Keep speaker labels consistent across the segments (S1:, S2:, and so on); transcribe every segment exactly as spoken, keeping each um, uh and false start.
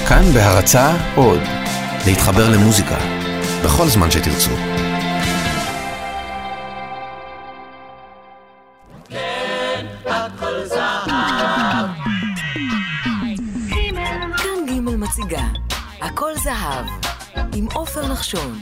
S1: כאן בהרצאה עוד, להתחבר למוזיקה, בכל זמן שתרצו.
S2: כן, הכל זהב.
S3: כאן גימל מציגה, הכל זהב, עם עופר נחשון.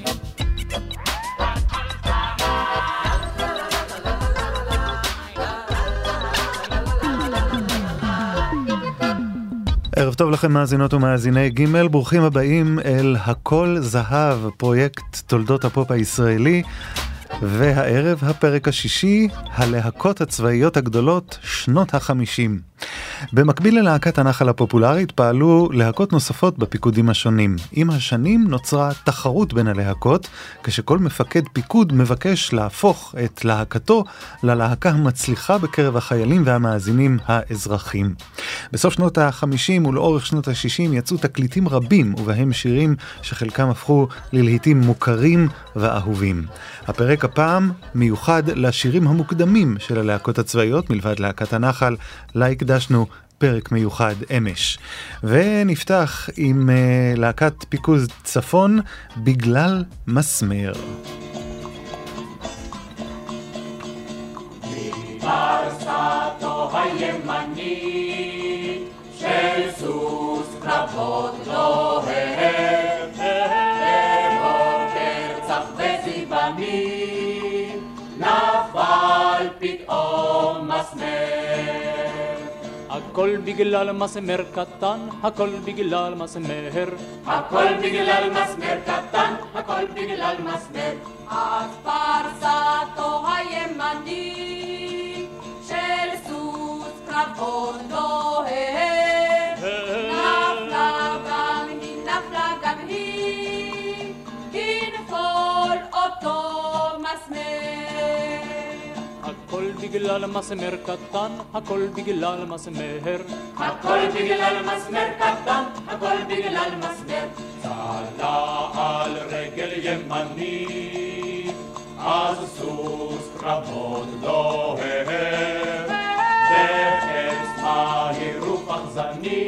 S4: ערב טוב לכם מאזינות ומאזיני גימל, ברוכים הבאים אל הכל זהב, פרויקט תולדות הפופ הישראלי, והערב הפרק השישי, הלהקות הצבאיות הגדולות, שנות החמישים. במקביל ללהקת הנחל הפופולרית פעלו להקות נוספות בפיקודים השונים. עם השנים נוצרה תחרות בין הלהקות, כשכל מפקד פיקוד מבקש להפוך את להקתו ללהקה המצליחה בקרב החיילים והמאזינים האזרחים. בסוף שנות החמישים ולאורך שנות השישים יצאו תקליטים רבים, ובהם שירים שחלקם הפכו ללהיטים מוכרים ואהובים. הפרק הפעם מיוחד לשירים המוקדמים של הלהקות הצבאיות, מלבד להקת הנחל, לה הקדשנו פרק מיוחד אמש. ונפתח עם uh, להקת פיקוד צפון, בגלל מסמר.
S2: בארצתו הימנית של סוס קרבות לוהר, בבוקר צח וזיבני נפל פתאום מסמר.
S5: הכל בגלל מסמר קטן, הכל בגלל מסמר,
S2: הכל בגלל מסמר קטן, הכל בגלל מסמר. אז פרסתו הימנית של סוס קרבות לוהר, נפלה גם היא, נפלה גם היא, תנפול אותו מסמר.
S5: הכל בגלל מסמר קטן, הכל בגלל מסמר,
S2: הכל בגלל מסמר קטן, הכל בגלל מסמר.
S6: צלה על רגל ימני, אז סוס קרבות לוהר, בחץ מהיר ופחזני,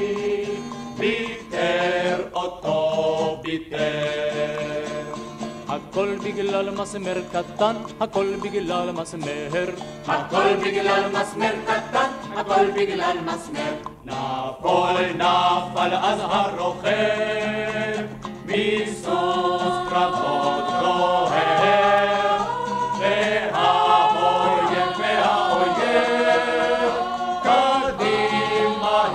S6: ביטר אותו ביטר.
S5: הכל בגלל מסמר קטן, הכל בגלל מסמר,
S2: הכל בגלל מסמר קטן, הכל בגלל מסמר.
S6: נפול נפל אז הרוכב, מסוס קרבות לוהר, והאויב והאויב קדימה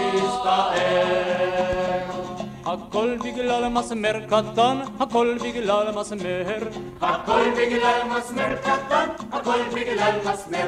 S6: הסתער.
S5: הכל בגלל מסמר קטן, הכל בגלל מסמר,
S2: הכל בגלל מסמר קטן, הכל בגלל מסמר.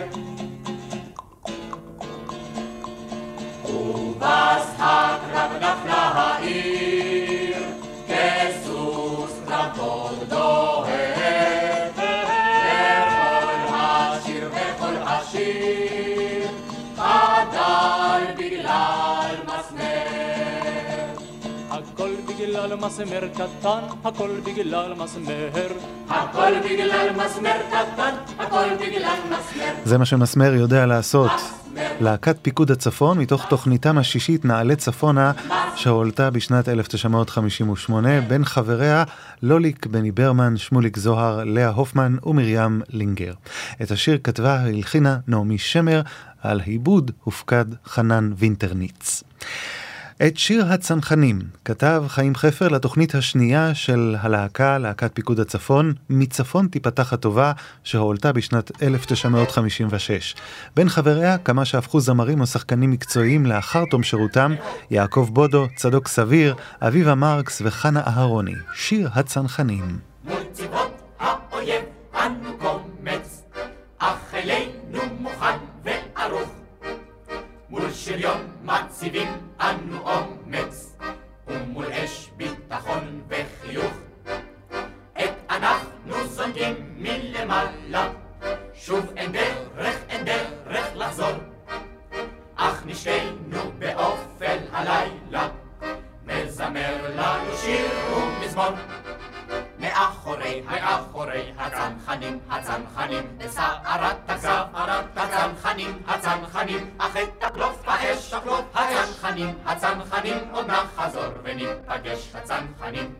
S2: ובס הקרב נפלה העיר, כסוס קרבות דוהר, וכל השיר וכל השיר חדל בגלל מסמר.
S5: הכל בגלל מסמר קטן, הכל בגלל מסמר,
S2: הכל בגלל מסמר קטן, הכל בגלל מסמר.
S4: זה מה שמסמר יודע לעשות. להקת פיקוד הצפון מתוך תוכניתם השישית נעלה צפונה, שהועלתה בשנת אלף תשע מאות חמישים ושמונה, בין חבריה לוליק בני ברמן, שמוליק זוהר, לאה הופמן ומרים לינגר. את השיר כתבה והלחינה נעמי שמר, על העיבוד הופקד חנן וינטרניץ. את שיר הצנחנים כתב חיים חפר לתוכנית השנייה של הלהקה, להקת פיקוד הצפון, מצפון תיפתח הטובה, שהועלתה בשנת אלף תשע מאות חמישים ושש. בין חבריה כמה שהפכו זמרים או שחקנים מקצועיים לאחר תום שירותם, יעקב בודו, צדוק סביר, אביבה מרקס וחנה אהרוני. שיר הצנחנים.
S2: מול צבאות האויב אנו קומץ, אך אלינו מוכן וערוך, מול שריון מציבים אנו אומץ, ומול אש ביטחון וחיוך. את אנחנו זונגים מלמעלה, שוב אין דרך, אין דרך לחזור, אך נשקנו באופל הלילה, מזמר לנו שיר ומזמור. מאחורי, מאחורי הצנחנים, הצנחנים, בסערת הסערת הצנחנים, הצנחנים, אך את הקלוף
S6: האש, תחלוף הצנחנים, הצנחנים, עוד נחזור וניפגש הצנחנים.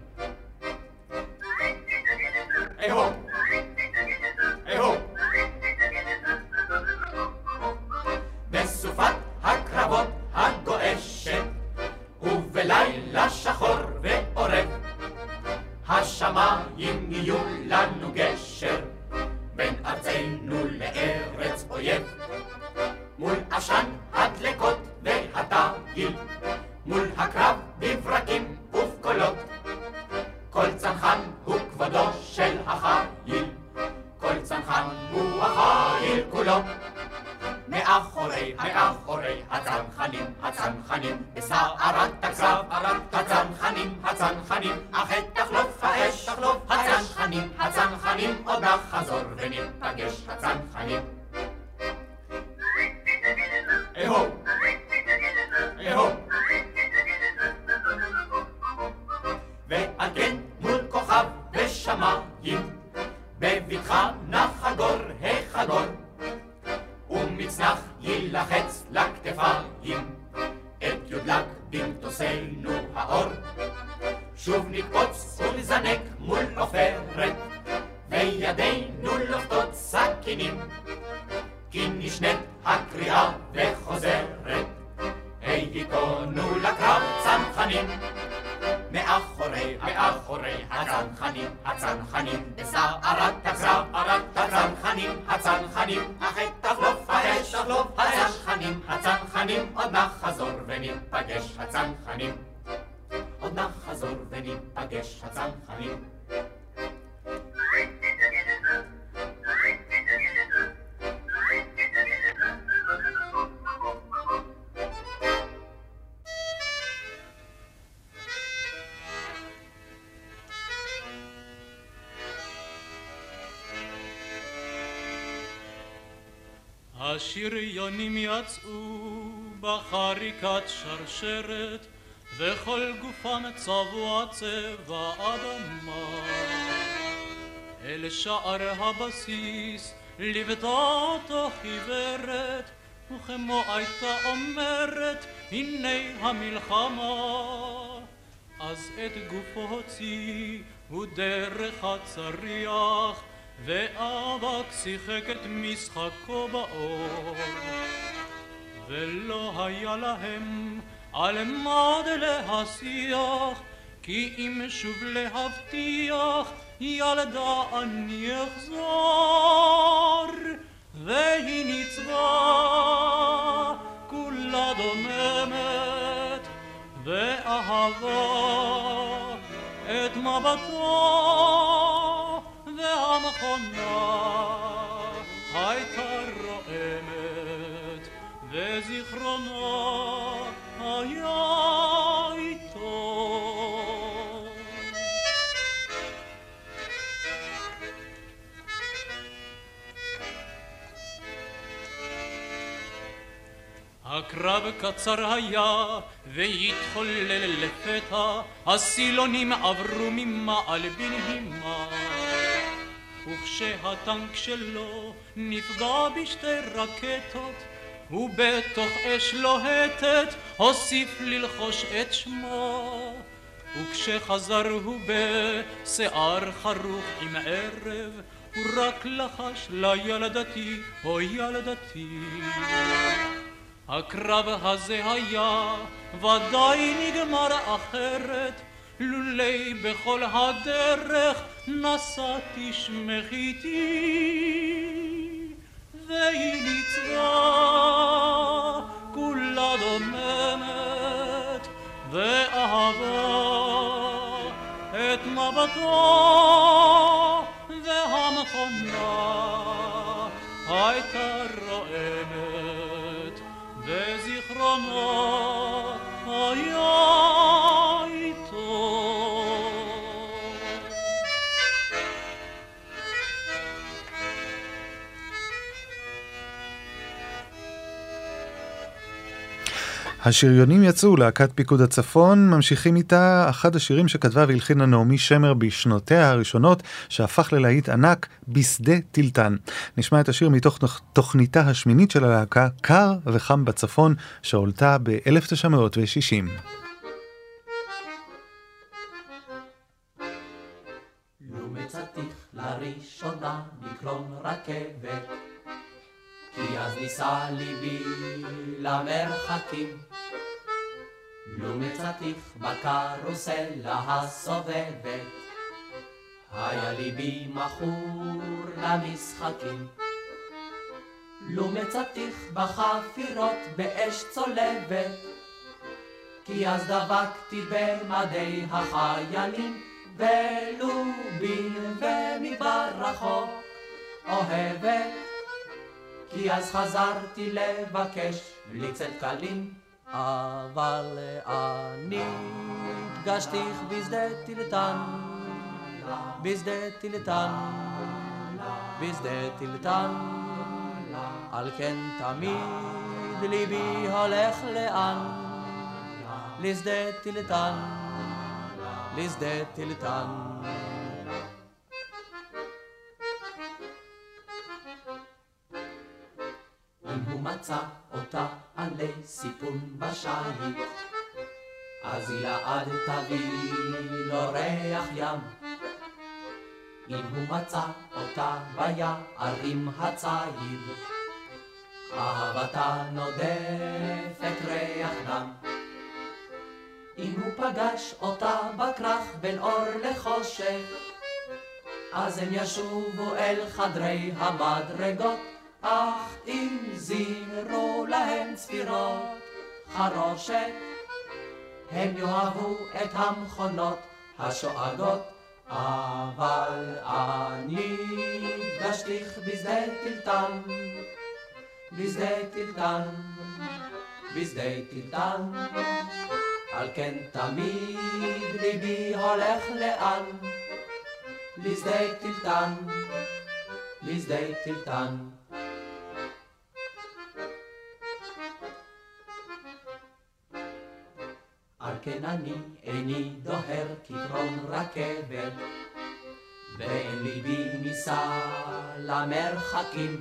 S6: איהו, איהו. בסופת הקרבות הגועשת ובלילה שחור ועורב השמיים יהיו לנו גשר בין ארצנו לארץ אויב מול עשן הדלקות והתגיל מול הקרב בברקים ובקולות כל צנחן הוא כבודו של החיל כל צנחן הוא החיל כולו מאחורי, מאחורי הצנחנים, הצנחנים בסערת הקרב, הצנחנים, הצנחנים אך את תחלוף האש, תחלוף הצנחנים, הצנחנים עוד נחזור וניפגש הצנחנים. איהו, איהו. ועל כן מול כוכב בשמיים בבטחה נחגור החגור ומצנח יילחץ לכתפיים את יודלק במטוסנו האור שוב נקפוץ ונזנק מול עופרת וידינו לוחתות סכינים כי נשנית הקריאה וחוזרת היכונו לקרב צנחנים מאחורי, מאחורי הצנחנים, הצנחנים בסערת הקרב, הצנחנים, הצנחנים אך את תחלוף האש, תחלוף הצנחנים, הצנחנים עוד נחזור וניפגש הצנחנים עוד נחזור וניפגש הצנחנים.
S5: השריונים יצאו בחריקת שרשרת וכל גופם צבוע צבע אדמה אל שער הבסיס ליוותה אותו חיוורת וכמו הייתה אומרת הנה המלחמה אז את גופו הוציא הוא דרך הצריח ואבק שיחק את משחקו באור ולא היה להם על מד להשיח כי אם שוב להבטיח ילדה אני אחזור והיא ניצבה כולה דוממת ואהבה את מבטו והמכונה הייתה רועמת וזיכרונה היה איתו. הקרב קצר היה והתחולל לפתע הסילונים עברו ממעל בנהימה וכשהטנק שלו נפגע בשתי רקטות ובתוך אש לוהטת הוסיף ללחוש את שמו וכשחזר הוא בשיער חרוך עם ערב הוא רק לחש לילדתי או ילדתי הקרב הזה היה ודאי נגמר אחרת לולי בכל הדרך נסעתי שמח איתי והיא ניצבה כולה דוממת ואהבה את מבטו והמכונה הייתה רועמת וזיכרונו היה איתו.
S4: השריונים יצאו, להקת פיקוד הצפון, ממשיכים איתה אחד השירים שכתבה והלחינה נעמי שמר בשנותיה הראשונות, שהפך ללהיט ענק, בשדה טילטן. נשמע את השיר מתוך תוכניתה השמינית של הלהקה, קר וחם בצפון, שהולתה ב-אלף תשע מאות שישים.
S7: לו מצאתיך לראשונה בקרון רכבת, כי אז ניסה ליבי למרחקים. לו מצאתיך בקרוסלה הסובבת, היה ליבי מכור למשחקים. לו מצאתיך בחפירות באש צולבת, כי אז דבקתי במדי החיילים, ולובין ומדבר רחוק אוהבת. כי אז חזרתי לבקש בלי צדקלים, אבל אני פגשתיך בשדה טילטן, בשדה טילטן, בשדה טילטן. על כן תמיד ליבי הולך לאן? לשדה טילטן, לשדה טילטן. אם הוא מצא אותה עלי סיפון בשייט, אז היא לעד תביא לו ריח ים. אם הוא מצא אותה ביערים הצעיר, אהבתה נודפת ריח דם. אם הוא פגש אותה בכרך בין אור לחושך, אז הם ישובו אל חדרי המדרגות, אך אם זירו להם צפירות חרושת, הם יאהבו את המכונות השואגות. אבל אני פגשתיך בשדה טילטן, בשדה טילטן, בשדה טילטן. על כן תמיד ליבי הולך לאן? לשדה טילטן, לשדה טילטן. על כן אני איני דוהר כקרון רכבת, ואין ליבי ניסה למרחקים.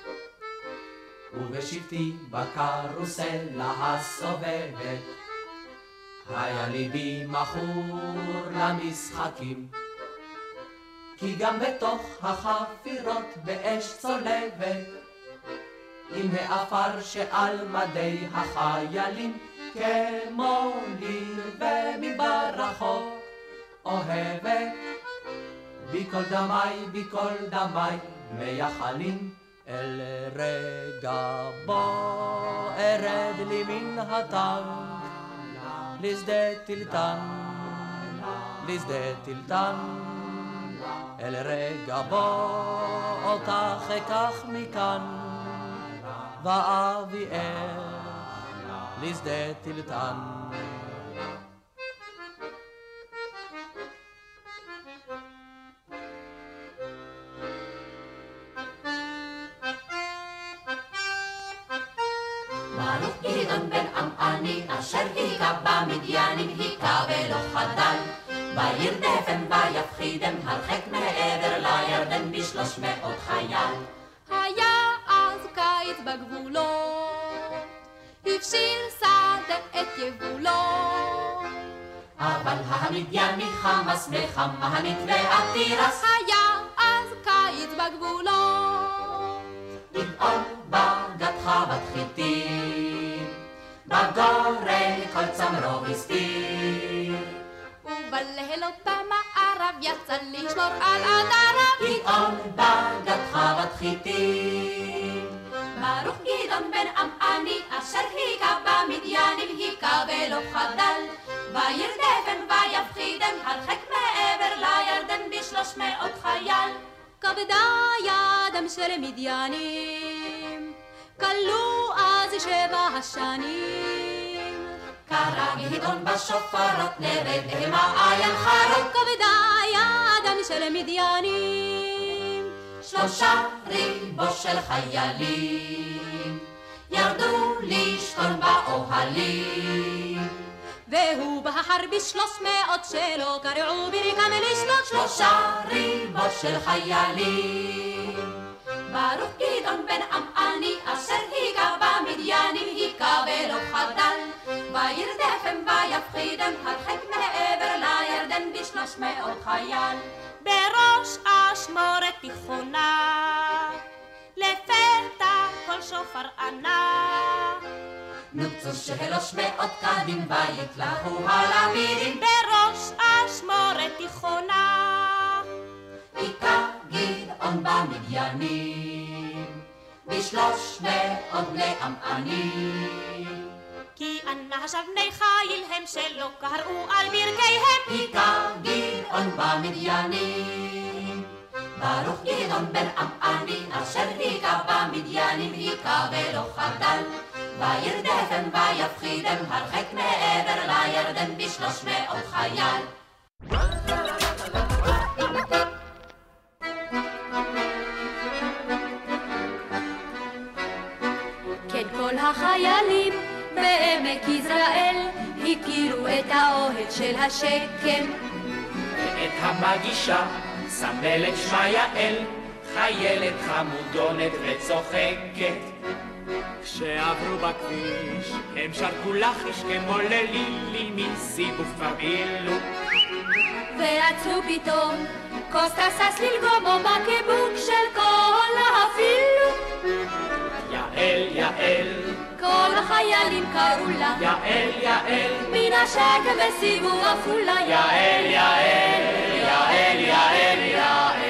S7: ובשבתי בקרוסלה הסובבת, היה ליבי מכור למשחקים. כי גם בתוך החפירות באש צולבת, עם העפר שעל מדי החיילים, כמו ליל ומדבר רחוק אוהבת. בכל דמי, בכל דמי מייחלים, אל רגע בו ארד לי מן הטנק, לשדה טילטן, לשדה טילטן. אל רגע בו אותך אקח מכאן, ואביאך לשדה טילטן.
S8: ברוך גדעון בן עמעני, אשר היכה במדיינים, היכה ולא חדל. וירדפם ויפחידם הרחק מעבר לירדן בשלוש מאות חייל.
S9: היה אז קיץ בגבולות, הבשיל שדה את יבולות.
S8: אבל המדייני חמאס וחמנית ועתירס,
S9: היה אז קיץ בגבולות.
S8: פתאום בגד חוות חיטים, בגורן כל צמרו הסתיר.
S9: ובלילות במערב יצא לשמור על עדריו,
S8: פתאום בגד חוות חיטים.
S9: ברוך גדעון בן עמעני, אשר היכה במדיינים, היכה ולא חדל. וירדפם ויפחידם הרחק מעבר לירדן בשלוש מאות חייל. כבדה ידם של מדיינים, כלו אז שבע השנים.
S8: קרא גדעון בשופרות נרד למעיין חרוד,
S9: כבדה ידם של מדיינים,
S8: שלושה ריבו של חיילים. ירדו לשכון באוהלים.
S9: והוא בהר בשלוש מאות שלו קרעו בריקם לשלוט
S8: שלושה ריבות של חיילים. ברוך גדעון בן עמעני אשר היכה במדיינים היכה ולא חדל. וירדפם ויפחידם הרחק מעבר לירדן בשלוש מאות חייל.
S9: בראש אשמורת תיכונה לפתע כל שופר ענה.
S8: נוצו שלוש מאות קדים ויתלכו הלמידים.
S9: בראש אשמורת תיכונה
S8: היכה גדעון במדיינים בשלוש מאות בני עמענים.
S9: כי אנשיו בני חיל הם שלא קראו על ברכיהם.
S8: היכה גדעון במדיינים. ברוך גדעון בן עמעני אשר היכה במדיינים היכה ולא חדל. וירדפם ויפחידם הרחק מעבר לירדן בשלוש מאות חייל.
S9: כן כל החיילים בעמק יזרעאל הכירו את האוהל של השקם.
S10: ואת המגישה סמלת שמה יעל, חיילת חמודונת וצוחקת.
S5: כשעברו בכביש הם שרקו לחיש כמו ללילי מסיבוב כבר בילו.
S9: ועצרו פתאום קוסטה סס ללגומו בקיבוק של כל האפילו.
S10: יעל יעל
S9: כל החיילים קראו לה
S10: יעל יעל
S9: מן השקם וסיבוב אפולה.
S10: יעל יעל יעל יעל יעל.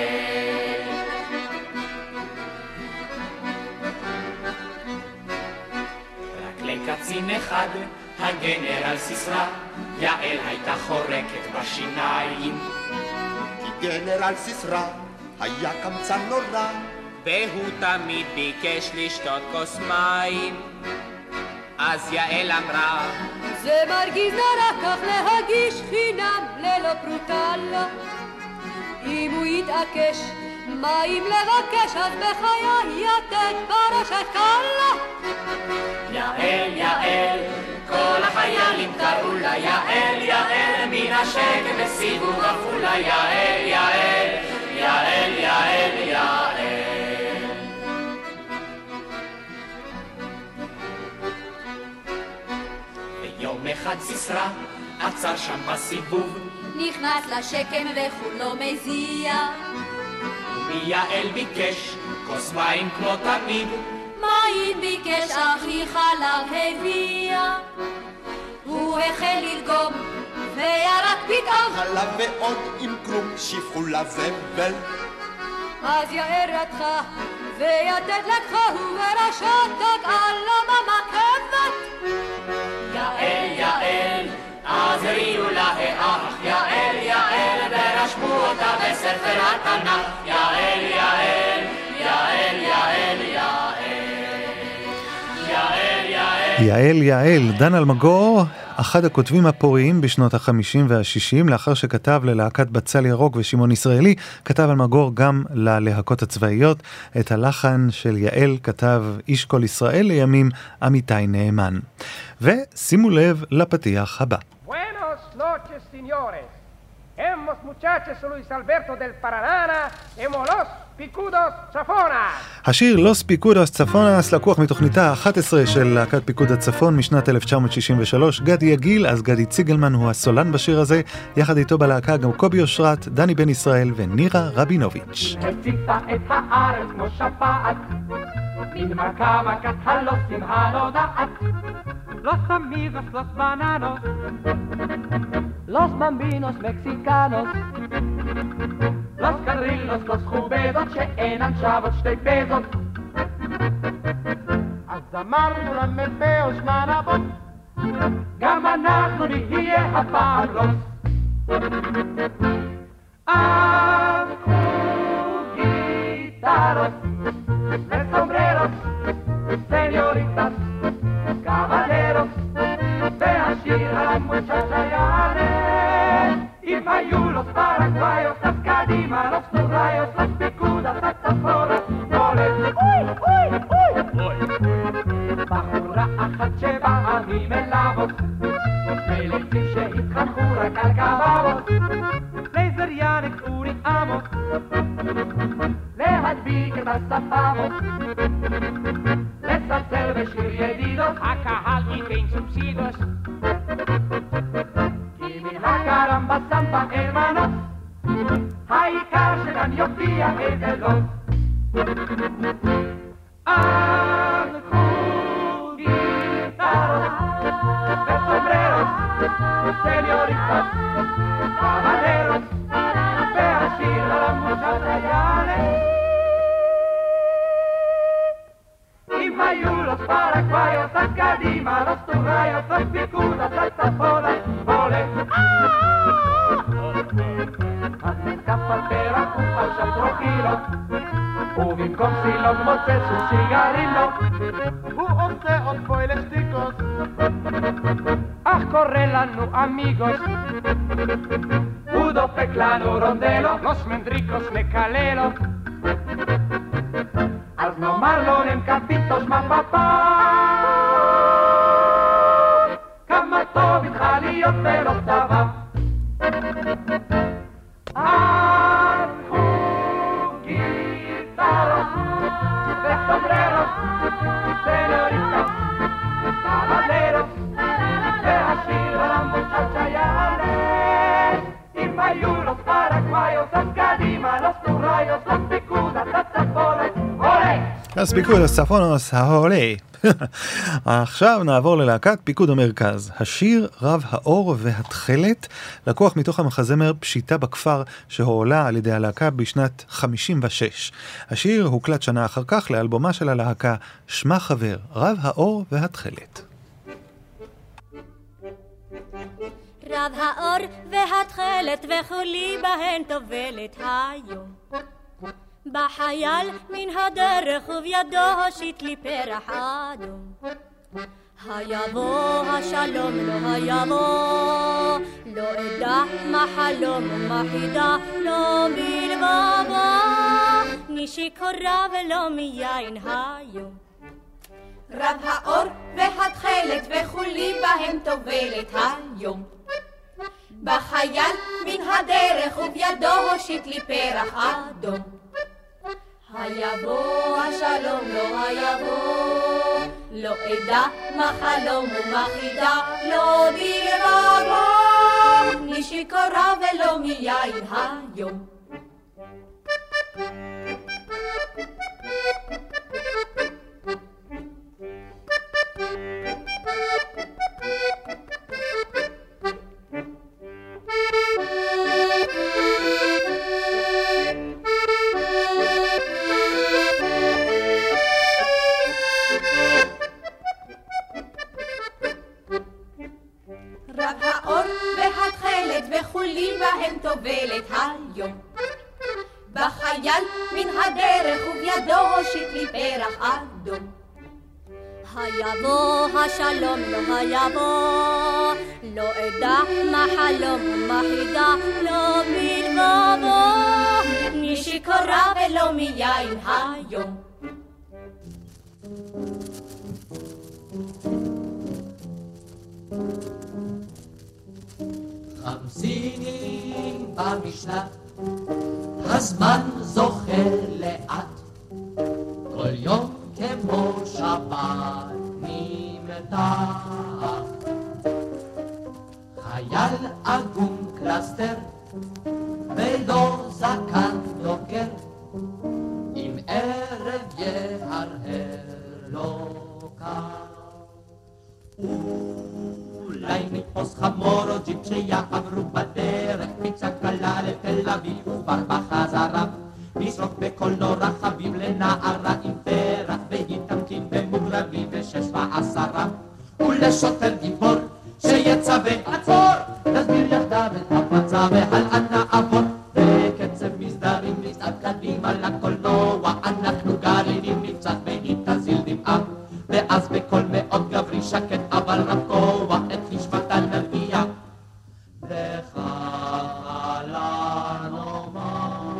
S10: רק לקצין אחד הגנרל סיסרא יעל הייתה חורקת בשיניים.
S11: כי גנרל סיסרא היה קמצן נורא,
S10: והוא תמיד ביקש לשתות כוס מים. אז יעל אמרה,
S9: זה מרגיז נורא כך להגיש חינם ללא פרוטה לו. אם הוא יתעקש מים לבקש אז בחיי יתת בראשת קלה.
S10: יעל יעל כל החיילים קראו לה יעל יעל מן השקם וסיבוב אפולה. יעל יעל יעל יעל יעל. ויום אחד סיסרא עצר שם בסיבוב,
S9: נכנס לשקם וכולו מזיע.
S10: ויעל ביקש כוס מים כמו תמיד.
S9: מים ביקש אחי חלב הביאה. הוא החל ללגום וירק פתאום
S11: חלב ועוד עם כלום שפכו לזבל.
S9: אז יעל רתחה ויתד לקחה וברשתת על הממקבת.
S10: יעל יעל אז הריעו לה האח. יעל יעל ורשמו אותה בספר התנ"ך. יעל יעל יעל יעל יעל יעל
S4: יעל יעל. דן אלמגור, אחד הכותבים הפוריים בשנות החמישים והשישים, לאחר שכתב ללהקת בצל ירוק ושמעון ישראלי, כתב אלמגור גם ללהקות הצבאיות. את הלחן של יעל כתב איש כל ישראל לימים עמיתי נאמן. ושימו לב לפתיח הבא.
S12: Buenos noches, señores. Hemos muchachos Luis Alberto del Paraná, hemos los פיקודוס צפונה.
S4: השיר לוס פיקודוס צפונס לקוח מתוכניתה ה-אחת עשרה של להקת פיקוד הצפון משנת אלף תשע מאות שישים ושלוש. גדי יגיל, אז גדי ציגלמן הוא הסולן בשיר הזה, יחד איתו בלהקה גם קובי אושרת, דני בן ישראל ונירה רבינוביץ'.
S2: הציפה את הארץ כמו שפעת, מן מכה מכת הלוסים הנודעת.
S13: Los amigos, los bananos, los bambinos mexicanos,
S2: los carrilos, los jubedos שאינן שוות שתי פזות.
S13: אז אמרנו למפה ושמן אבות,
S2: גם אנחנו נהיה הפעם רוס. אז קחו גיטרות וסומבררות, סניוריטס, קבלרות, והשיר על המושצ'ה יעלה. אם היו los paraguayos, las קדימה, los turrayos, las picudas, las צפונות, נולד. אוי, אוי, אוי!
S12: הקרמבה סמבה אין מנוס, העיקר שכאן יופיע אגלות. הלכו גיטרות וסומבררות, סניוריטות, קבלרות, והשיר על המושת יעלה. אם היו los paraguayos אז קדימה, los turrayos, los picudas, los tapones, עולה. אז נתקף על פרח ופל שם טרוקילות, ובמקום סילון מוצא סוס סיגרילות.
S13: הוא עושה עוד פוילשטיקות,
S12: אך קורא לנו אמיגוס. הוא דופק לנו רונדלו, los mendricos מקללו. אז נאמר לו נמקפיטוש מה פאפה, כמה טוב איתך להיות ולא צבא. הלכו גיטרות וסומבררות, סניוריטות, קבלרות, והשיר על המושצ'ה יעלה. אם היו los paraguayos אז קדימה, los turrayos, los picudas, los tapones, עולה.
S4: אז פיקוד הספונוס העולה. עכשיו נעבור ללהקת פיקוד המרכז. השיר רב האור והתחלת לקוח מתוך המחזמר פשיטה בכפר שהועלה על ידי הלהקה בשנת חמישים ושש. השיר הוקלט שנה אחר כך לאלבומה של הלהקה שמה חבר, רב האור והתחלת.
S14: רב האור והתחלת וכולי בהן טובלת היום, בחייל מן הדרך ובידו הושיט לי פרח אדום. היבוא השלום לא היבוא, לא אדע מה חלום ומה חידה, לא בלבבו נשיקורה ולא מיין היום.
S8: רב האור והתחלת וכולי בהם טובלת היום, בחייל מן הדרך ובידו הושיט לי פרח אדום. היבוא השלום לא היבוא, לא אדע מה חלום ומה חידה, לא בלבבו נשיקורה ולא מיין היום. רב האור והתחלת וכולי בהם טובלת היום, בחייל מן הדרך ובידו הושיט לי פרח אדום.
S14: היבוא השלום לא היבוא, לא אדע מה חלום ומה חידה, לא בלבבו
S8: נשיקורה ולא מיין היום.
S7: חמסינים במשלט, הזמן זוכר לאט, כל יום כמו שבת נמתח. חייל אגום קלסטר ולא זקן דוקר, עם ערב יהרהר לו קר. אולי נתפוס חמור או ג'יפ שיעברו בדרך, פיצה קלה לתל אביב ובר בחזרה, נשרוק בקולנוע חביב לנערה עם פרח, והיא תמתין במוגרבים ושש ועשרה. ולשוטר גיבור שיצא ועצור, נסביר יחדיו את הפצע והלאה נעבור, בקצב מסדרים נצעד קדימה לקולנוע, אנחנו גרעינים מבצעת והיא תזיל דמעה, ואז בקול מאוד גברי שקט אבל רב כוח את נשמתה נרגיע. לחלה נאמר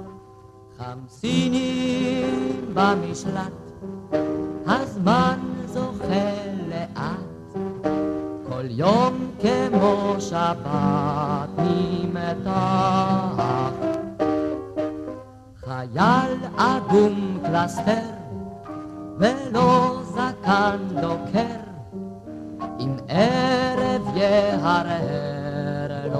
S7: חמסינים במשלט, הזמן זוחל לאט, כל יום כמו שבת נמתח. חייל אגום קלסטר ולא זקן דוקר, עם ערב יהרהר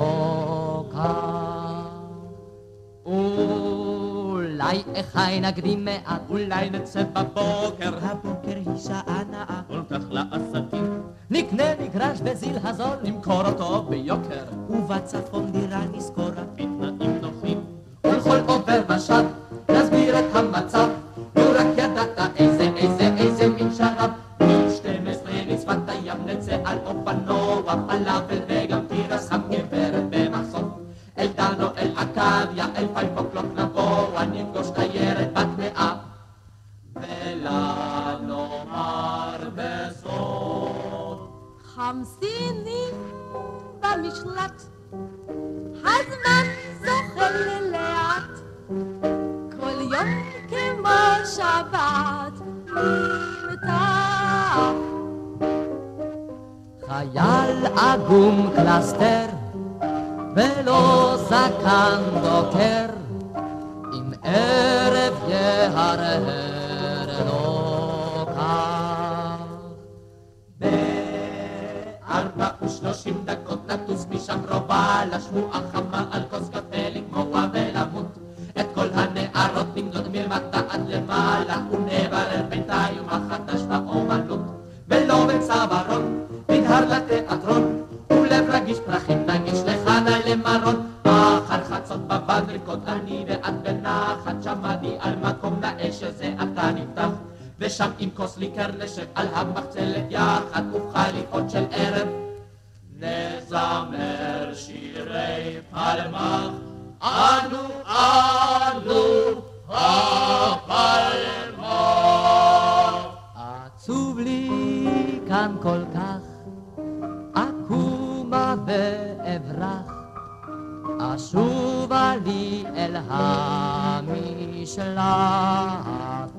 S7: היי, אחי נקדים מעט,
S15: אולי נצא בבוקר,
S7: הבוקר היא שעה נאה,
S15: כל כך לעסקים,
S7: נקנה מגרש בזיל הזול,
S15: נמכור אותו ביוקר,
S7: ובצפון דירה נזכורה,
S15: בתנאים נוחים,
S7: ולכל עובר ושב, נסביר את המצב, נו רק ידעת איזה איזה איזה מין שרב, מ-שתים עשרה לצפת הים נצא על אופנוע, פלאפל וגם תירס חם גברת במחסום, אל דנו אל עקביה, אל פייפוקלוק נבוא, נפגוש תיירת בת מאה, ולנאמר בסוד.
S16: חמסינים במשלט, הזמן זוחל לאט, כל יום כמו שבת נמתח.
S7: חייל עגום קלסטר, ולא זקן דוקר, עם ערב יהרהר לו כך.
S15: בארבע ושלושים דקות נטוס משם רובה, לשמועה חמה על כוס קפה לגמורה ולמות. את כל הנערות נמדוד מלמטה עד למעלה, ונברר בינתיים החדש באומנות. ולא בצווארון, נדהר לתיאטרון, ולב רגיש פרחים נגיש לחנה למרון. אחר חצות בבדריקות אני ואת בנחת, שמעתי על מקום נאה שזה עתה נפתח, ושם עם כוס ליקר נשב על המחצלת יחד, ובחליפות של ערב נזמר שירי פלמח. אנו אנו הפלמח.
S7: עצוב לי כאן כל כך, עקומה ואברח, אשובה לי אל המשלט.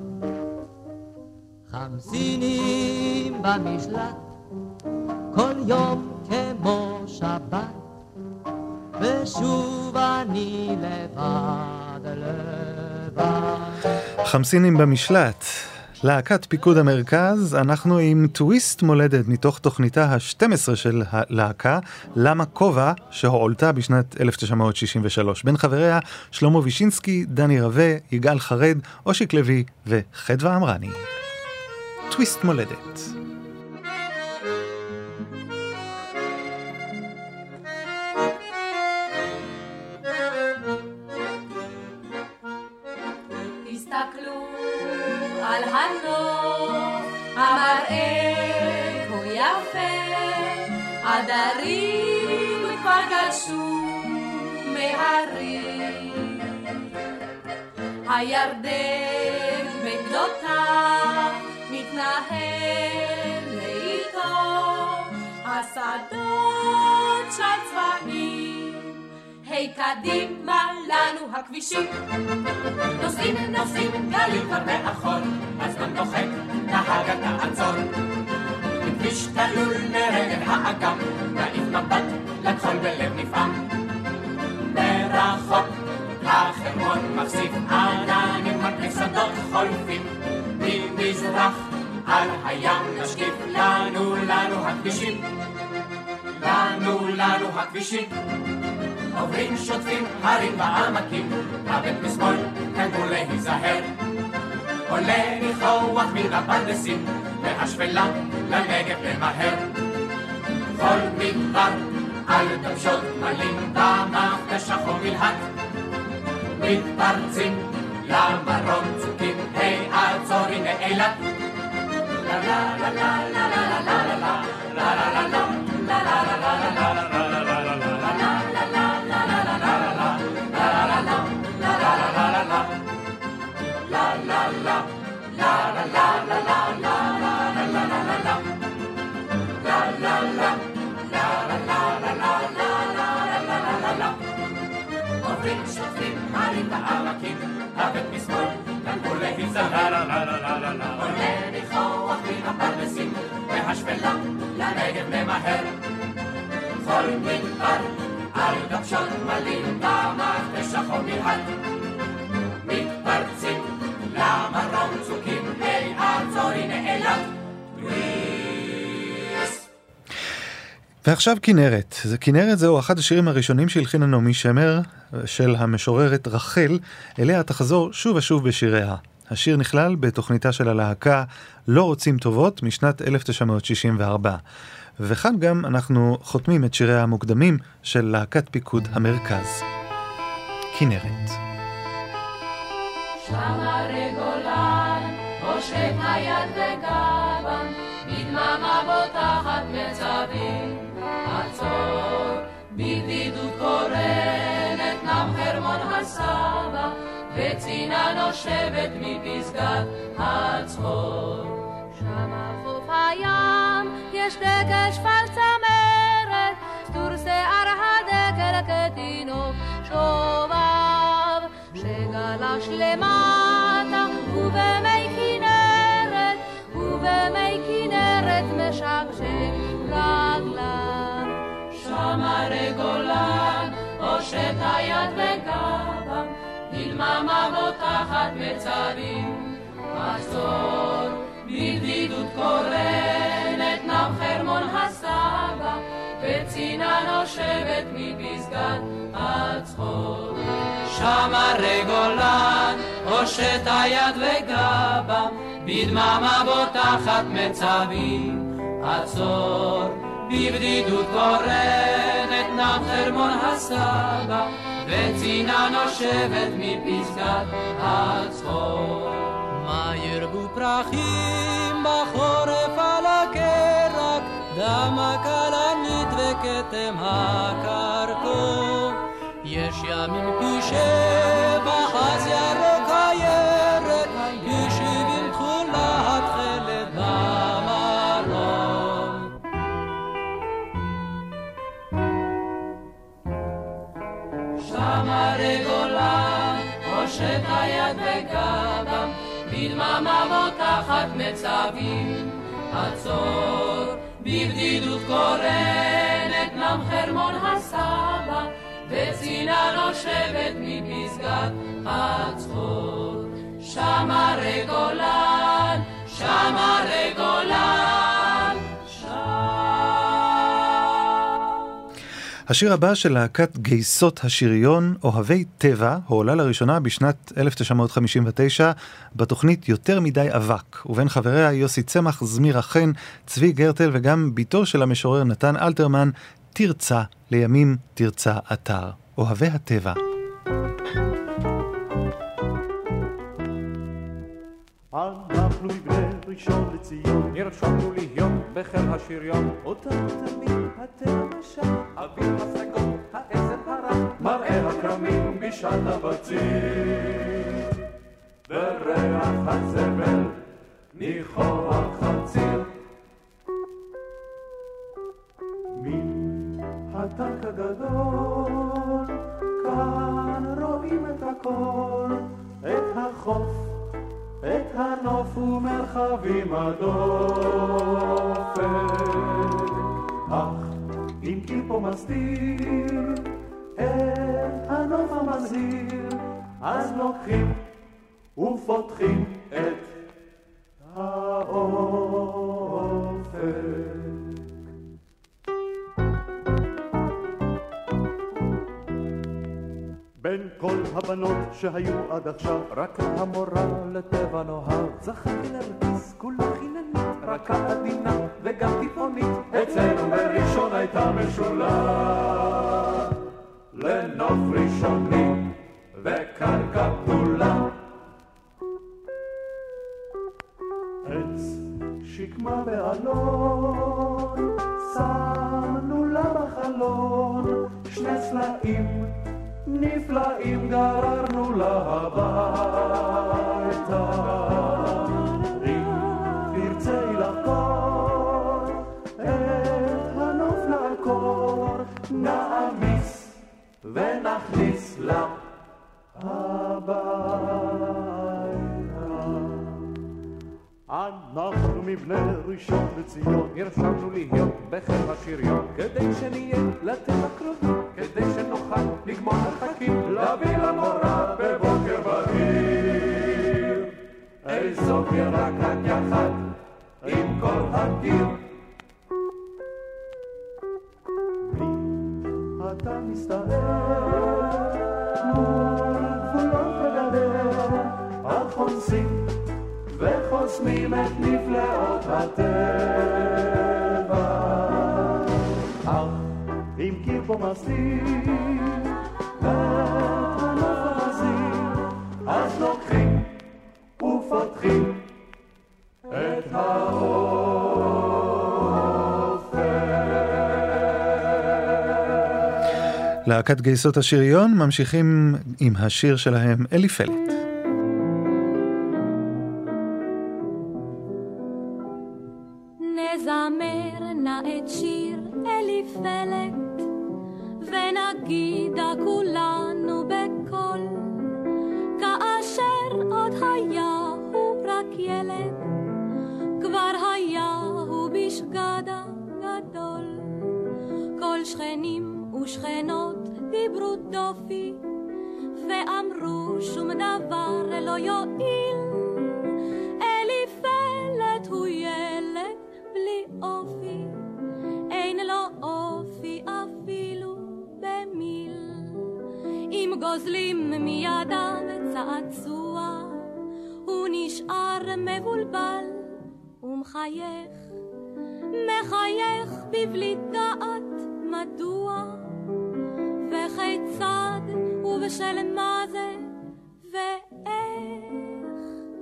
S7: חמסינים במשלט, כל יום כמו שבת, ושוב אני לבד לבד.
S4: חמסינים במשלט, להקת פיקוד המרכז. אנחנו עם טוויסט מולדת מתוך תוכניתה ה-שתים עשרה של הלהקה, למה כובע, שהועלתה בשנת אלף תשע מאות שישים ושלוש. בין חבריה שלמה וישינסקי, דני רווה, יגאל חרד, אושיק לוי וחדווה אמרני. טוויסט מולדת.
S16: על הנוף המראה כה יפה, עדרים כבר גלשו מהרים, הירדן בגדותיו מתנהל לאיתו, השדות של צבעים, היי קדימה לנו הכבישים,
S15: נוסעים נוסעים גלים כבר מאחור, הזמן דוחק נהג אתה עצור, בכביש תלול מרגל האגם, נעיף מבט לכל בלב נפעם, מרחוק החרמון מחשיף עננים על שדות חולפים, ממזרח על הים נשקיף, לנו לנו הכבישים, לנו לנו הכבישים, עוברים שוטפים הרים ועמקים, הבט משמאל תנגו להיזהר, עולה ניחוח מן הפרדסים, מהשפלה לנגב למהר, כל מדבר על דבשות מלים במכתש החום מלהט, מתפרצים למרום צוקים, היי עצור הנה אילת, לה לה לה לה לה לה לה לה לה לה לה לה לה לה לה לה עוברים שוטפים הרים בעמקים, הבט משמאל תנגו להיזהר, עולה ניחוח מן הפרדסים, מהשפלה לנגב למהר, כל מדבר על דבשות מלים במכתש החום מלהט, מתפרצים למרום צוקים, היי עצור הנה אילת.
S4: ועכשיו כנרת. זה כנרת זהו אחד השירים הראשונים שהלחינה נעמי שמר, של המשוררת רחל, אליה תחזור שוב ושוב בשיריה. השיר נכלל בתוכניתה של הלהקה לא רוצים טובות משנת אלף תשע מאות שישים וארבע. וכאן גם אנחנו חותמים את שיריה המוקדמים של להקת פיקוד המרכז. כנרת.
S16: שמה רגולן, הושט היד וגבן, בדממה בוטחת מצבים, עצור, בבדידות קורנת, נם חרמון הסבא, וצינה נושבת מפסגת הצחור.
S9: שמה חוף הים, יש דקל שפל צמרת, סתור שיער הדקל כתינוק שובב, שגלש למטה ובמי כנרת, ובמי כנרת משקשק רגליו.
S16: שמה רגולן, הושט היד וגבם, דממה בוטחת מצבים, עצור, בבדידות קורנת, נם חרמון הסבא, וצינה נושבת מפסגת הצחור.
S17: שמה רגולן, הושט היד וגבם, בדממה בוטחת מצבים, עצור, בבדידות קורנת, נם חרמון הסבא, וצינה נושבת מפסגת הצחור.
S18: מה ירבו פרחים בחורף על הקרק, דמה כלנית וכתם הקרקור. יש ימים פי שבע אז ירוק הירק, פי שבעים תכולה התחלת במרום.
S16: שמה רגולן, הושט היד וגבם, בדממה בוטחת מצבים, עצור, בבדידות קורנת, נם חרמון הסבא, וצינה נושבת מפסגת הצחור. שמה רגולן, שמה רגולן,
S4: השיר הבא של להקת גייסות השריון, אוהבי טבע, הועלה לראשונה בשנת אלף תשע מאות חמישים ותשע בתוכנית יותר מדי אבק, ובין חבריה יוסי צמח, זמירה חן, צבי גרטל וגם ביתו של המשורר נתן אלתרמן, תרצה, לימים תרצה אתר. אוהבי הטבע.
S13: אנחנו מבני ראשון לציון,
S5: נרשמנו להיות בחיל השריון,
S13: אותנו תמיד הטבע נשם, אוויר הפסקות, העצב הרע, מראה הכרמים בשעת הבציר, וריח הזבל ניחוח חציר. מן הטנק הגדול, כאן רואים את הכל, את החוף, את הנוף ומרחבים הדופק. אך אם קיפו מסתיר את הנוף המזהיר, אז לוקחים ופותחים את האופק. בין כל הבנות שהיו עד עכשיו,
S5: רק המורה לטבע נוהב,
S13: זכרתי לרקיס כולה חיננית, רק עדינה וגם טיפונית, אצלנו בראשון הייתה משולה לנוף ראשוני וקרקע גדולה. עץ שקמה באלון, שמנו לה בחלון שני סלעים נפלאים, גררנו לה הביתה. אם תרצי לחקור את הנוף לעקור, נעמיס ונכניס לה הביתה. אנחנו מבני ראשון לציון,
S5: נרשמנו להיות בחיל השריון,
S13: כדי שנהיה לטבע קרובים, כדי שנוכל לגמור מרחקים, להביא למורה בבוקר בהיר. איזו בירה כאן יחד עם כל הגיר. מסתער מול גבולות וגדר, החונסים וחוסמים את נפלאות הטבע. אך אם קיר פה מסתיר את הנוף המזהיר, אז לוקחים ופותחים את האופן.
S4: להקת גייסות השריון ממשיכים עם השיר שלהם אליפלת.
S14: נזמר נא את שיר אליפלת ונגידה כולנו בקול, כאשר עוד היה הוא רק ילד, כבר היה הוא בשגדה גדול. כל שכנים ושכנות דיברו דופי ואמרו שום דבר לא יועיל, אליפלת הוא ילד בלי אופי, אין לו אופי אפילו במיל. אם גוזלים מידיו צעצוע, הוא נשאר מבולבל ומחייך, מחייך בבלי דעת מדוע וכיצד ובשל מה זה ואיך.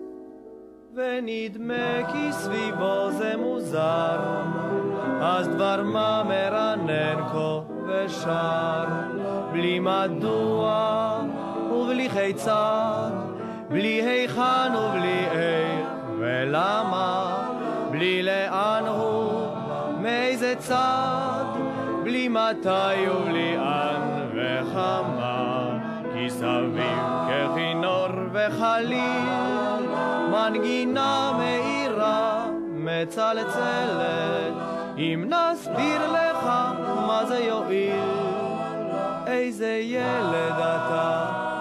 S19: ונדמה כי סביבו זה מוזר, אז דבר מה מרנן כה ושר, בלי מדוע ובלי כיצד, בלי היכן ובלי איך ולמה, בלי לאן הוא מאיזה צד, בלי מתי ובלי אן וכמה, כי סביב ככינור וחליל מנגינה מאירה מצלצלת. אם נסביר לך מה זה יועיל, איזה ילד אתה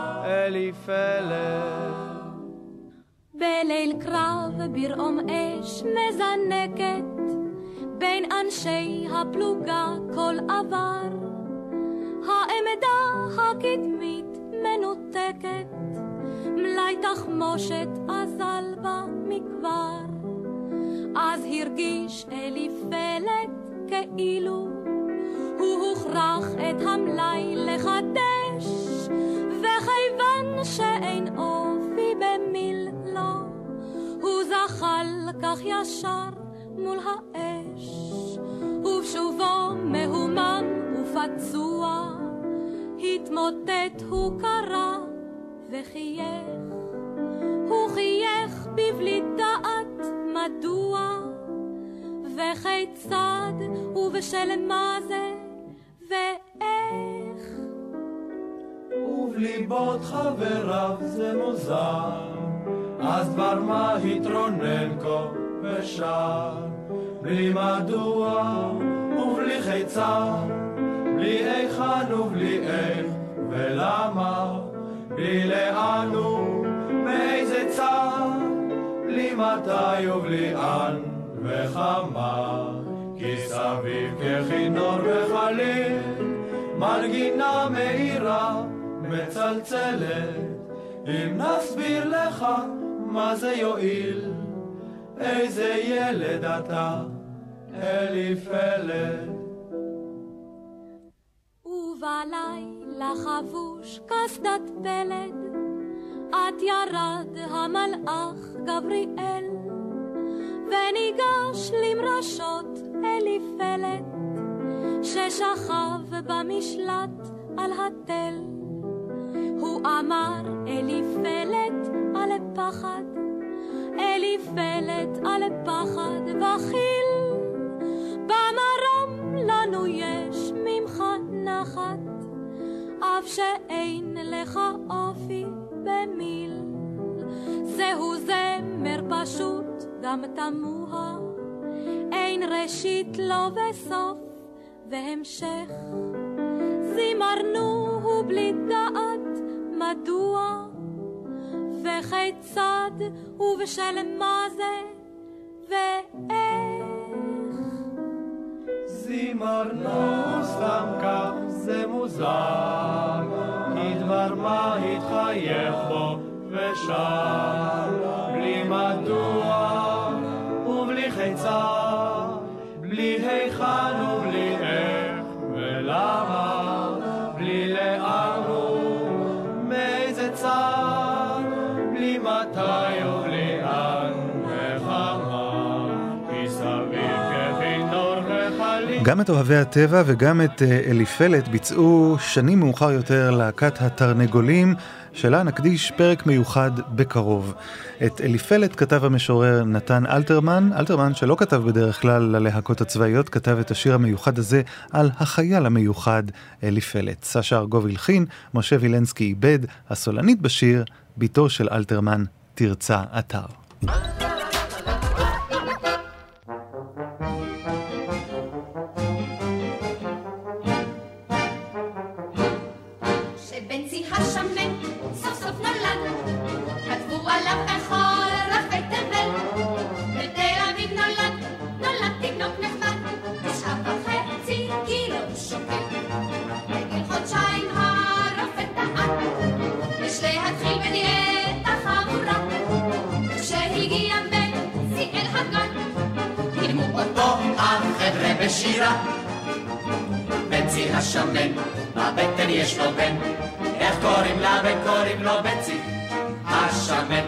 S19: אליפלת.
S14: בליל קרב ברעום אש מזנקת, בין אנשי הפלוגה כל עבר, העמדה הקדמית מנותקת, מלאי תחמושת אזל בה מכבר. אז הרגיש אליפלת כאילו הוא הוכרח את המלאי לחדש, וכיוון שאין אופי במיל לו, הוא זחל כך ישר מול האש, ובשובו מהומם ופצוע התמוטט הוא קרא וחייך, הוא חייך בבלי דעת מדוע וכיצד ובשל מה זה ואיך.
S19: ובליבות חבריו זה מוזר, אז דבר מה התרונן כה ושר, בלי מדוע ובלי כיצד, בלי היכן ובלי איך ולמה, בלי לאן ומאיזה צד, בלי מתי ובלי אן וכמה, כי סביב ככינור וחליל מנגינה מאירה מצלצלת. אם נסביר לך מה זה יועיל, איזה ילד אתה אליפלת.
S14: ובלילה חבוש קסדת פלד, את ירד המלאך גבריאל, וניגש למרשות אליפלת, ששכב במשלט על התל. הוא אמר אליפלת על פחד, אליפלת על פחד וחיל, במרום לנו יש ממך נחת, אף שאין לך אופי במיל. זהו זמר פשוט גם תמוה, אין ראשית לו וסוף והמשך, זימרנו הוא בלי דעת מדוע וכיצד ובשל מה זה ואיך.
S19: זימרנו סתם כך זה מוזר, מוזר, כי דבר מה התחייך בו ושר, בלי מדוע ובלי חיצה, בלי היכן ובלי איך ולמה, בלי לאן ומאיזה צד, בלי מתי ובלי אן וכמה, מסביב ככינור וחליל.
S4: גם את אוהבי הטבע וגם את אליפלת ביצעו שנים מאוחר יותר להקת התרנגולים, שלה נקדיש פרק מיוחד בקרוב. את אליפלת כתב המשורר נתן אלתרמן, אלתרמן שלא כתב בדרך כלל ללהקות הצבאיות, כתב את השיר המיוחד הזה על החייל המיוחד אליפלת. סשה ארגוב הלחין, משה וילנסקי איבד, הסולנית בשיר, ביתו של אלתרמן, תרצה אתר.
S6: בשירה בנצי השמן, בבטן יש לו בן, איך קוראים לה וקוראים לו בנצי השמן.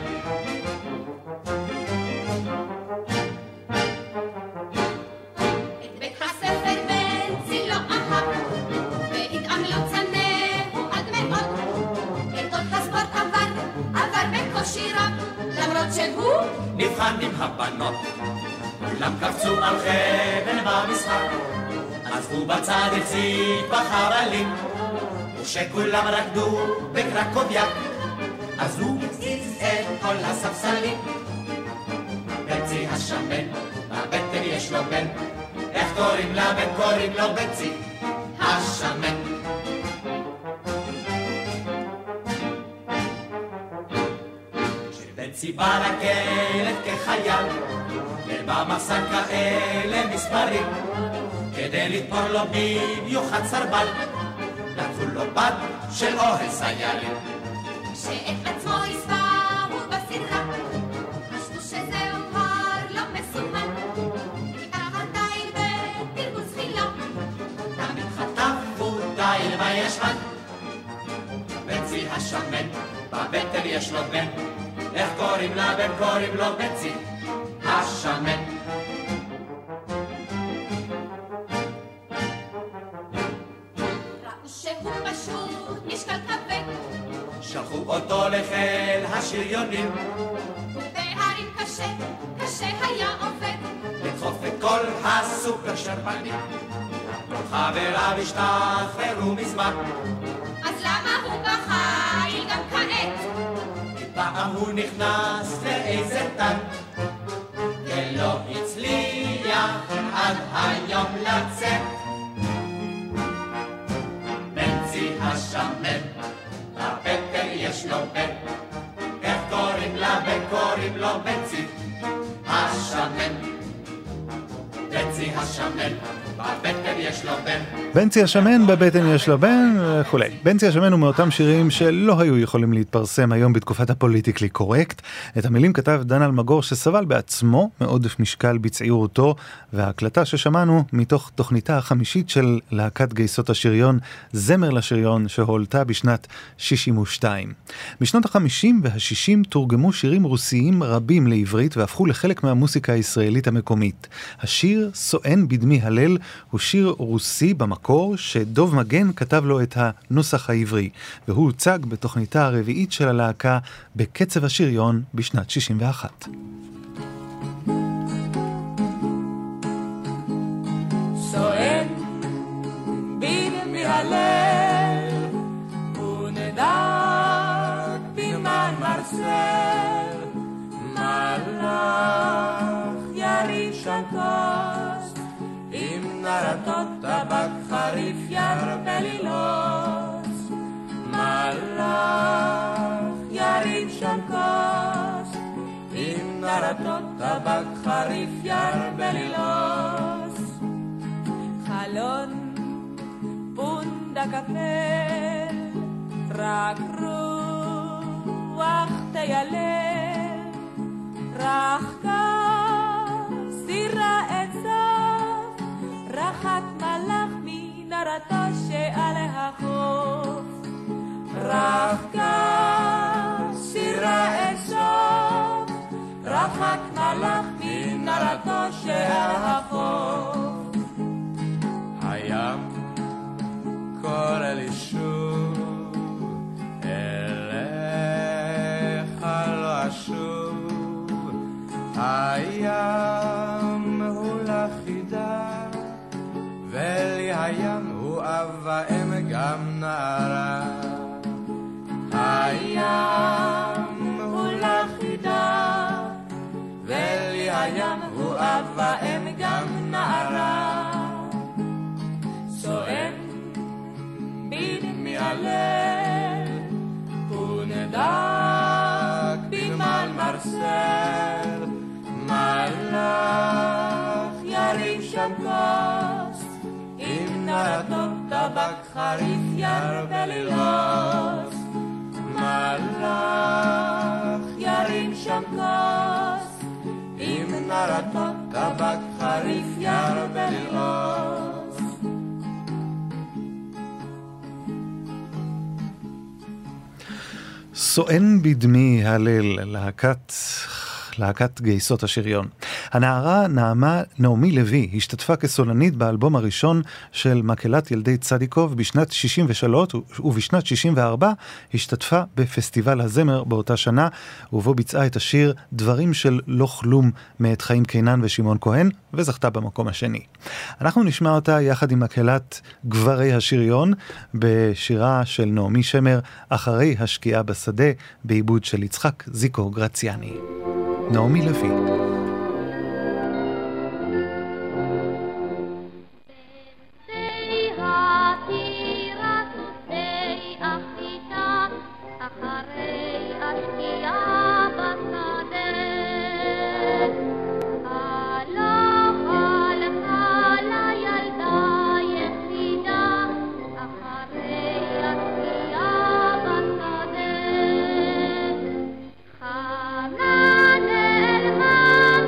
S8: את בית הספר בנצי לא אהב, והתעמלות צנעו עד מאוד, את עוד הספורט עבר, עבר בקושי רב, למרות שהוא
S6: נבחן עם הבנות. כולם קפצו על חבל במשחק, אז הוא בצד החזיק בחבלים, ושכולם רקדו בקרקוביאק, אז הוא הזיז את כל הספסלים. בנצי השמן, בבטן יש לו בן, איך קוראים לה בן? קוראים לו בנצי השמן. כשבנצי בא לכלת כחייל, במחסן כאלה מספרים, כדי לתפור לו במיוחד סרבל, נתנו לו בד של אוהל סיילים.
S8: כשאת עצמו הספרו בסדרה, חשבו שזהו כבר לא מסומן, כיכר תיל ותרגול זחילה,
S6: תמיד חטפו תיל בישבן. בנצי השמן, בבטן יש לו בן, איך קוראים לה בן? קוראים לו בנצי השמן.
S8: ראו שהוא פשוט משקל כבד,
S6: שלחו אותו לחיל השריונים,
S8: ובהרים קשה, קשה היה עובד,
S6: לדחוף את כל הסופר שרפנים. כל חבריו השתחררו מזמן,
S8: אז למה הוא בחיל גם כעת?
S6: כי פעם הוא נכנס לאיזה טנק, ולא הצליח עד היום לצאת. בנצי השמן, בבטן יש לו בן, איך קוראים לה בן? קוראים לו בנצי השמן. בנצי השמן, בבטן יש לו בן.
S4: בנצי השמן, בבטן יש לו בן וכולי. בנצי השמן הוא מאותם שירים שלא היו יכולים להתפרסם היום בתקופת הפוליטיקלי קורקט. את המילים כתב דן אלמגור, שסבל בעצמו מעודף משקל בצעירותו, וההקלטה ששמענו מתוך תוכניתה החמישית של להקת גייסות השריון, זמר לשריון, שהולתה בשנת שישים ושתיים. בשנות החמישים והשישים תורגמו שירים רוסיים רבים לעברית והפכו לחלק מהמוסיקה הישראלית המקומית. השיר סואן בדמי הלל הוא שיר רוסי במקור שדוב מגן כתב לו את הנוסח העברי, והוא הוצג בתוכניתה הרביעית של הלהקה בקצב השריון בשנת שישים ואחת.
S16: סואן בדמי הלל ונדק בימן מרסל, מלאך יריב שנקוס עם נרתות טבק חריף ירבה לילוס, מלאך יריב שנקוס עם נרתות טבק חריף ירבה לילוס. חלון פונדק הקפה, רק רוח תיילל, רחקה סירה את סוף, רחק מלאך מנהרתו שעל החוף. רחקה סירה את סוף, רחק מלאך מנהרתו שעל החוף.
S20: הים קורא לי שוב, אליך לא אשוב. הים הוא לחידה, ולי הים הוא אב ואם גם נערה. הים הוא לחידה, ולי הים הוא אב ואם גם נערה.
S16: סואן בדמי הלב, ונדק במעל מרסל, מלאך ירים שם כוס, עם נרתו טבק חריף ירבה ללעוס. מלאך ירים שם כוס, עם נרתו טבק חריף ירבה ללעוס.
S4: סואן בדמי הלל, להקת, להקת גייסות השריון. הנערה נעמה נעמי לוי השתתפה כסולנית באלבום הראשון של מקהלת ילדי צדיקוב בשנת שישים ושלוש, ובשנת שישים וארבע השתתפה בפסטיבל הזמר באותה שנה, ובו ביצעה את השיר דברים של לא כלום מאת חיים קינן ושמעון כהן, וזכתה במקום השני. אנחנו נשמע אותה יחד עם מקהלת גברי השריון בשירה של נעמי שמר, אחרי השקיעה בשדה, בעיבוד של יצחק זיקו גרציאני. נעמי לוי.
S21: Mama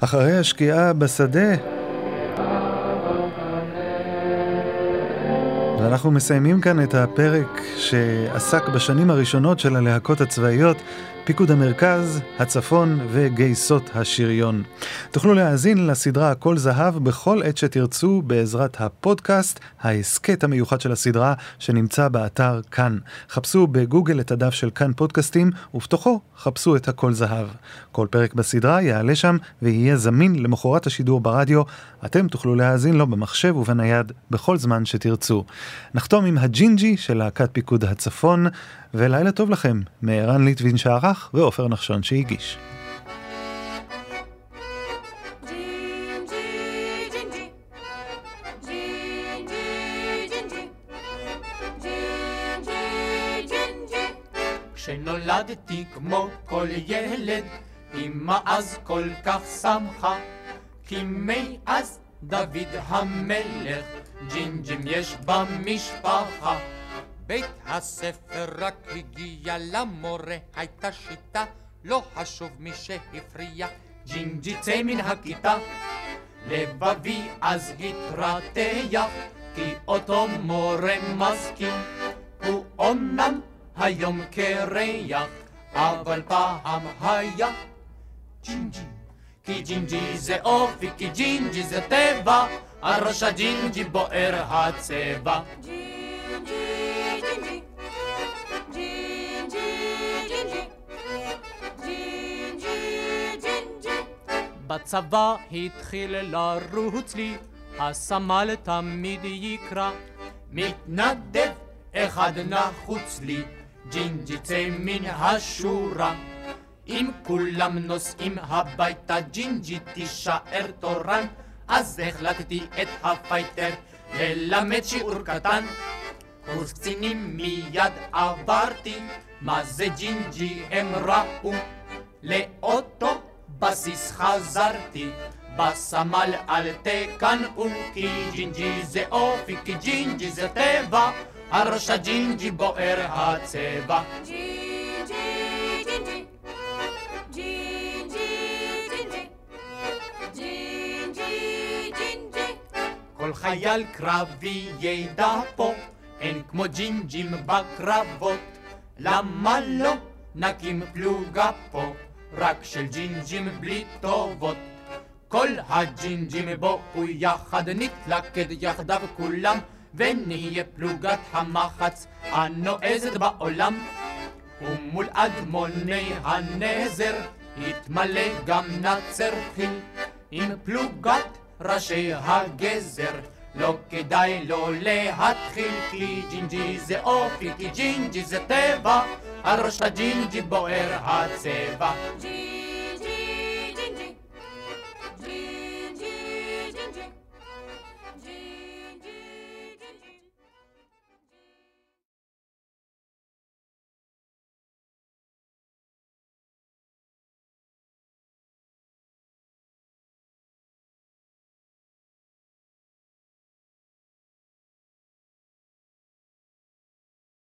S4: אחרי השקיעה בשדה, ואנחנו מסיימים כאן את הפרק שעסק בשנים הראשונות של הלהקות הצבאיות, פיקוד המרכז, הצפון וגייסות השריון. תוכלו להאזין לסדרה הכל זהב בכל עת שתרצו בעזרת הפודקאסט, ההסקט המיוחד של הסדרה שנמצא באתר כאן. חפשו בגוגל את הדף של כאן פודקאסטים ובתוכו חפשו את הכל זהב. כל פרק בסדרה יעלה שם ויהיה זמין למחרת השידור ברדיו. אתם תוכלו להאזין לו במחשב ובנייד בכל זמן שתרצו. נחתום עם הג'ינג'י של להקת פיקוד הצפון, ולילה טוב לכם, מערן ליטווין שערך ואופר נחשון שהגיש.
S6: כשנולדתי כמו כל ילד, אמא אז כל כך שמחה, כי מאז דוד המלך ג'ינג'ים יש במשפחה.
S10: בית הספר רק הגיע למורה, הייתה שיטה, לא חשוב מי שהפריע.
S6: ג'ינג'י צא מן הכיתה, לבבי אז התרתח, כי אותו מורה מסכים, הוא אומנם היום קרח, אבל פעם היה ג'ינג'י. כי ג'ינג'י זה אופי, כי ג'ינג'י זה טבע, על ראש הג'ינג'י בוער הצבע. בצבא התחיל לרוץ לי, הסמל תמיד יקרא, מתנדב אחד נחוץ לי, ג'ינג'י צא מן השורה. אם כולם נוסעים הביתה, ג'ינג'י תישאר תורן, אז החלטתי את הפייטר ללמד שיעור קטן. קורס קצינים מיד עברתי, מה זה ג'ינג'י הם ראו, לאותו בסיס חזרתי, בסמל אל תקנאו, כי ג'ינג'י זה אופי, כי ג'ינג'י זה טבע, על ראש הג'ינג'י בוער הצבע. ג'ינג'י, ג'ינג'י, ג'ינג'י, ג'ינג'י, ג'ינג'י, ג'ינג'י. כל חייל קרבי ידע פה, אין כמו ג'ינג'ים בקרבות, למה לא נקים פלוגה פה, רק של ג'ינג'ים בלי טובות. כל הג'ינג'ים בואו יחד, נתלכד יחדיו כולם, ונהיה פלוגת המחץ הנועזת בעולם. ומול אדמוני הנזר יתמלא גם נצר חיל, עם פלוגת ראשי הגזר לא כדאי לא להתחיל, כי ג'ינג'י זה אופי, כי ג'ינג'י זה טבע, על ראש הג'ינג'י בוער הצבע.